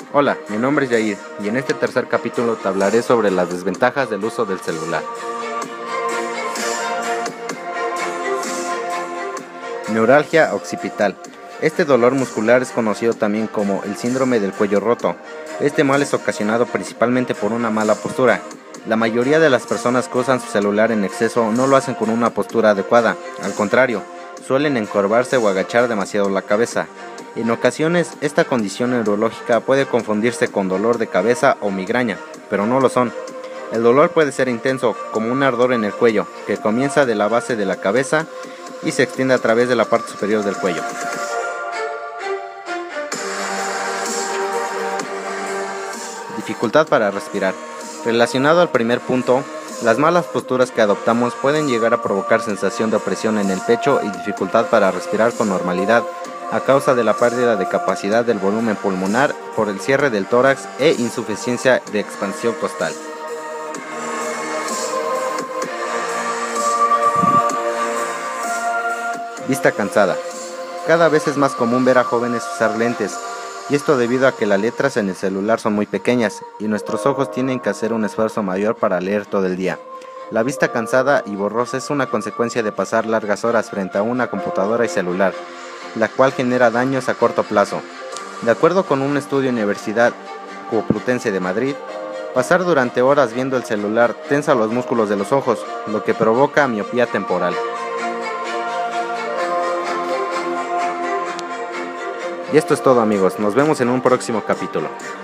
Hola, mi nombre es Yair y en este tercer capítulo te hablaré sobre las desventajas del uso del celular. Neuralgia occipital. Este dolor muscular es conocido también como el síndrome del cuello roto. Este mal es ocasionado principalmente por una mala postura. La mayoría de las personas que usan su celular en exceso no lo hacen con una postura adecuada, al contrario, suelen encorvarse o agachar demasiado la cabeza. En ocasiones, esta condición neurológica puede confundirse con dolor de cabeza o migraña, pero no lo son. El dolor puede ser intenso, como un ardor en el cuello, que comienza de la base de la cabeza y se extiende a través de la parte superior del cuello. Dificultad para respirar. Relacionado al primer punto, las malas posturas que adoptamos pueden llegar a provocar sensación de opresión en el pecho y dificultad para respirar con normalidad, a causa de la pérdida de capacidad del volumen pulmonar por el cierre del tórax e insuficiencia de expansión costal. Vista cansada. Cada vez es más común ver a jóvenes usar lentes, y esto debido a que las letras en el celular son muy pequeñas y nuestros ojos tienen que hacer un esfuerzo mayor para leer todo el día. La vista cansada y borrosa es una consecuencia de pasar largas horas frente a una computadora y celular, la cual genera daños a corto plazo. De acuerdo con un estudio Universidad Complutense de Madrid, pasar durante horas viendo el celular tensa los músculos de los ojos, lo que provoca miopía temporal. Y esto es todo, amigos, nos vemos en un próximo capítulo.